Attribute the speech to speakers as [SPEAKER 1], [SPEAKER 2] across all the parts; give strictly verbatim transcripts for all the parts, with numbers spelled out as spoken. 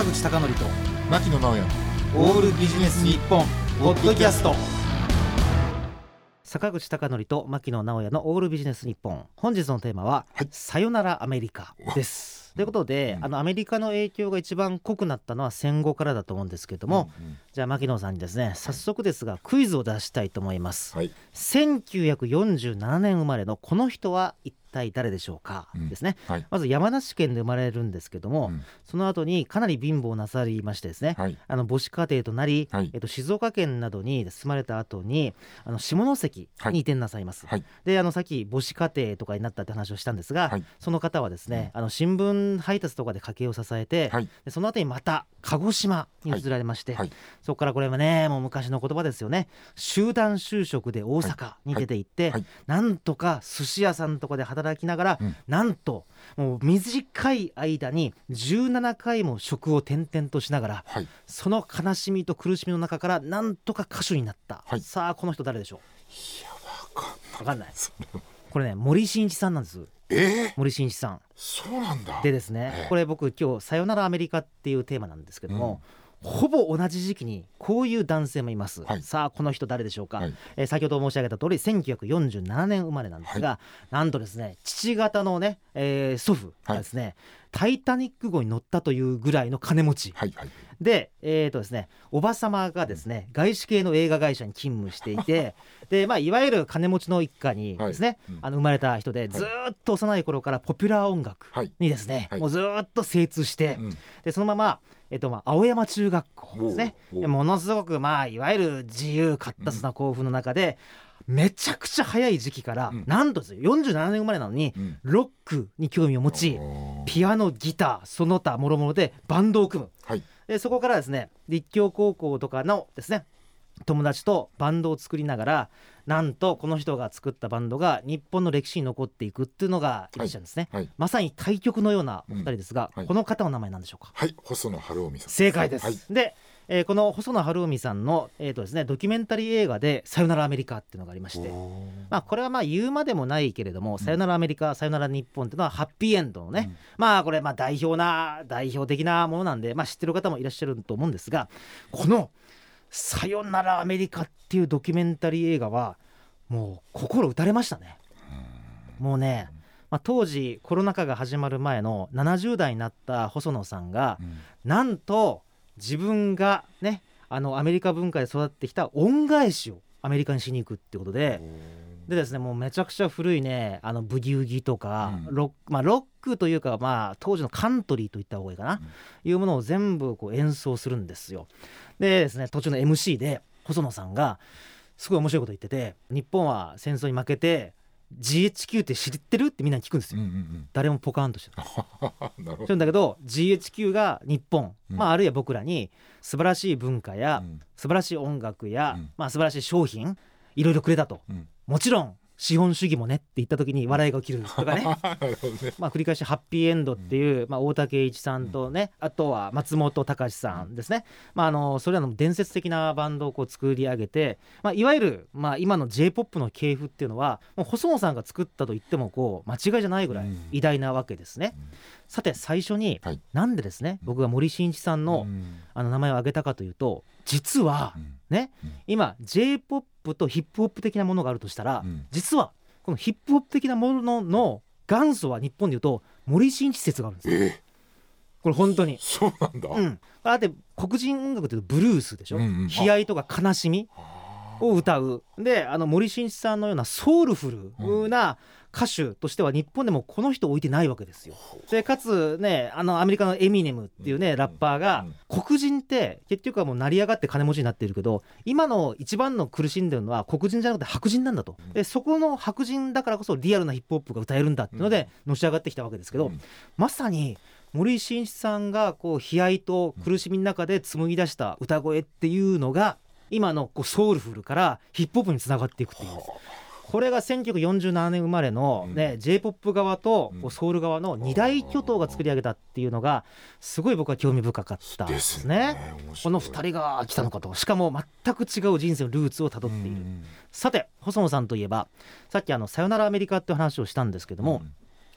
[SPEAKER 1] 坂口孝則と
[SPEAKER 2] 牧野直哉
[SPEAKER 1] オールビジネス日本ポッドキャスト。
[SPEAKER 3] 坂口孝則と牧野直哉のオールビジネス日本、本日のテーマは、はい、さよならアメリカです。ということで、うん、あのアメリカの影響が一番濃くなったのは戦後からだと思うんですけども、うんうん、じゃあ牧野さんにですね、早速ですがクイズを出したいと思います、はい、せんきゅうひゃくよんじゅうななねん生まれのこの人は一体誰でしょうか、うん、ですね、はい、まず山梨県で生まれるんですけども、うん、その後にかなり貧乏なさりましてですね、はい、あの母子家庭となり、はい、えっと、静岡県などに住まれた後にあの下関に移転なさいます、はい、であのさっき母子家庭とかになったって話をしたんですが、はい、その方はですね、うん、あの新聞配達とかで家計を支えて、はい、でその後にまた鹿児島に移られまして、はいはい、そこからこれはねもう昔の言葉ですよね、集団就職で大阪に出て行って、はいはいはい、なんとか寿司屋さんとかで働きながら、うん、なんともう短い間にじゅうななかいも職を転々としながら、はい、その悲しみと苦しみの中からなんとか歌手になった、はい、さあこの人誰でしょう。
[SPEAKER 2] いやわかんない
[SPEAKER 3] わかんないこれね森進一さんなんです。
[SPEAKER 2] えー、
[SPEAKER 3] 森進一さん。
[SPEAKER 2] そうなんだ。
[SPEAKER 3] でですね、えー、これ僕今日さよならアメリカっていうテーマなんですけども、うん、ほぼ同じ時期にこういう男性もいます、はい、さあこの人誰でしょうか、はい、えー、先ほど申し上げた通りせんきゅうひゃくよんじゅうななねん生まれなんですが、はい、なんとですね父方のね、えー、祖父がですね、はい、タイタニック号に乗ったというぐらいの金持ち、はいはい、で、えーとですね、おばさまがですね、うん、外資系の映画会社に勤務していてで、まあ、いわゆる金持ちの一家にですね、はい、うん、あの生まれた人で、ずっと幼い頃からポピュラー音楽にですね、はい、もうずっと精通して、うん、でそのまま、えーとまあ、青山中学校ですね、ものすごく、まあ、いわゆる自由闊達な興奮の中で、うん、めちゃくちゃ早い時期から、うん、なんとですよよんじゅうななねん生まれなのに、うん、ロックに興味を持ち、ピアノ、ギター、その他もろもろでバンドを組む、はい、でそこからですね立教高校とかのですね友達とバンドを作りながら、なんとこの人が作ったバンドが日本の歴史に残っていくっていうのがいらっしゃるんですね、はいはい、まさに対極のようなお二人ですが、うん、はい、この方の名前なんでしょうか。
[SPEAKER 2] はい、細野晴臣さん。
[SPEAKER 3] 正解です、はい、で、えー、この細野晴臣さんの、えーとですね、ドキュメンタリー映画でさよならアメリカっていうのがありまして、まあ、これはまあ言うまでもないけれども、うん、さよならアメリカさよなら日本っていうのはハッピーエンドのね、うん、まあこれまあ代表な代表的なものなんで、まあ、知ってる方もいらっしゃると思うんですが、このさよならアメリカっていうドキュメンタリー映画はもう心打たれましたね。もうね、まあ、当時コロナ禍が始まる前のななじゅう代になった細野さんが、うん、なんと自分がねあのアメリカ文化で育ってきた恩返しをアメリカにしに行くってことで、でですね、もうめちゃくちゃ古いねあのブギウギとか、うん、ロック、まあ、ロックというか、まあ、当時のカントリーといった方がいいかな、うん、いうものを全部こう演奏するんですよ。でですね、途中の エムシー で細野さんがすごい面白いこと言ってて、日本は戦争に負けて ジーエイチキュー って知ってるってみんなに聞くんですよ、うんうんうん、誰もポカーンとしてるなるほど。だけど ジーエイチキュー が日本、うん、まあ、あるいは僕らに素晴らしい文化や、うん、素晴らしい音楽や、うん、まあ、素晴らしい商品いろいろくれたと、うん、もちろん資本主義もねって言った時に笑いが起きるとかねね、まあ、繰り返しハッピーエンドっていう、まあ、大竹栄一さんとね、あとは松本隆さんですね、まあ、あのそれらの伝説的なバンドをこう作り上げて、まあ、いわゆる、まあ、今の J-ポップ の系譜っていうのはもう細野さんが作ったと言ってもこう間違いじゃないぐらい偉大なわけですね、うん、さて最初に、はい、なんでですね僕が森進一さんの、うん、あの名前を挙げたかというと、実は、うんね、うん、今 J-ポップ とヒップホップ的なものがあるとしたら、うん、実はこのヒップホップ的なものの元祖は日本でいうと森進一説があるんですよ、えー、これ本当に
[SPEAKER 2] そうなんだ、
[SPEAKER 3] うん、だって黒人音楽というとブルースでしょ、うんうん、悲哀とか悲しみを歌うで、あの森進一さんのようなソウルフルな歌手としては日本でもこの人置いてないわけですよ。でかつね、あのアメリカのエミネムっていうねラッパーが、黒人って結局はもう成り上がって金持ちになっているけど、今の一番の苦しんでるのは黒人じゃなくて白人なんだと。でそこの白人だからこそリアルなヒップホップが歌えるんだっていうのでのし上がってきたわけですけど、まさに森進一さんがこう悲哀と苦しみの中で紡ぎ出した歌声っていうのが今のこうソウルフルからヒップホップにつながっていくっていう、これがせんきゅうひゃくよんじゅうななねん生まれの、ね、うん、J-ポップ 側とソウル側の二大巨頭が作り上げたっていうのがすごい僕は興味深かったですね。このふたりが来たのかと、しかも全く違う人生のルーツをたどっている、うん、さて細野さんといえばさっきあのさよならアメリカって話をしたんですけども、うん、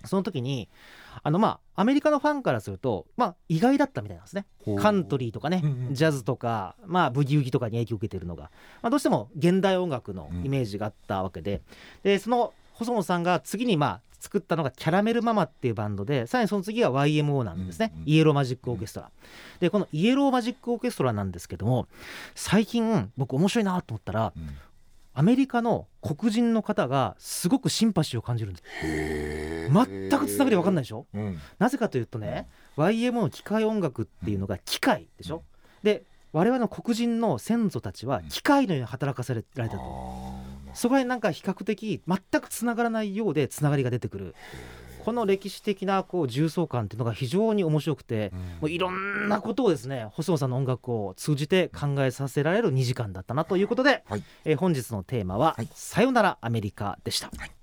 [SPEAKER 3] その時にあのまあアメリカのファンからするとまあ意外だったみたいなんですね。カントリーとかね、
[SPEAKER 2] うんうん、
[SPEAKER 3] ジャズとか、まあ、ブギウギとかに影響を受けているのが、まあ、どうしても現代音楽のイメージがあったわけで、うん、でその細野さんが次にまあ作ったのがキャラメルママっていうバンドで、さらにその次が ワイエムオー なんですね、うんうん、イエローマジックオーケストラ、うん、でこのイエローマジックオーケストラなんですけども、最近僕面白いなと思ったら、うん、アメリカの黒人の方がすごくシンパシーを感じるんです。
[SPEAKER 2] へ
[SPEAKER 3] 全くつながり分かんないでしょ、
[SPEAKER 2] うん、
[SPEAKER 3] なぜかというとね、うん、ワイエムオー の機械音楽っていうのが機械でしょ、うん、で我々の黒人の先祖たちは機械のように働かされられたと、うん、そこになんか比較的全くつながらないようでつながりが出てくる、この歴史的なこう重層感っていうのが非常に面白くて、うん、もういろんなことをですね細野さんの音楽を通じて考えさせられるにじかんだったなということで、はい、えー、本日のテーマは、はい、さよならアメリカでした、はい、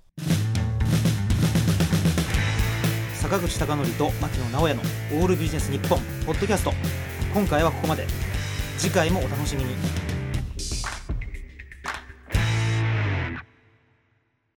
[SPEAKER 3] 坂口孝則と牧野直哉のオールビジネス日本ポッドキャスト、今回はここまで。次回もお楽しみに。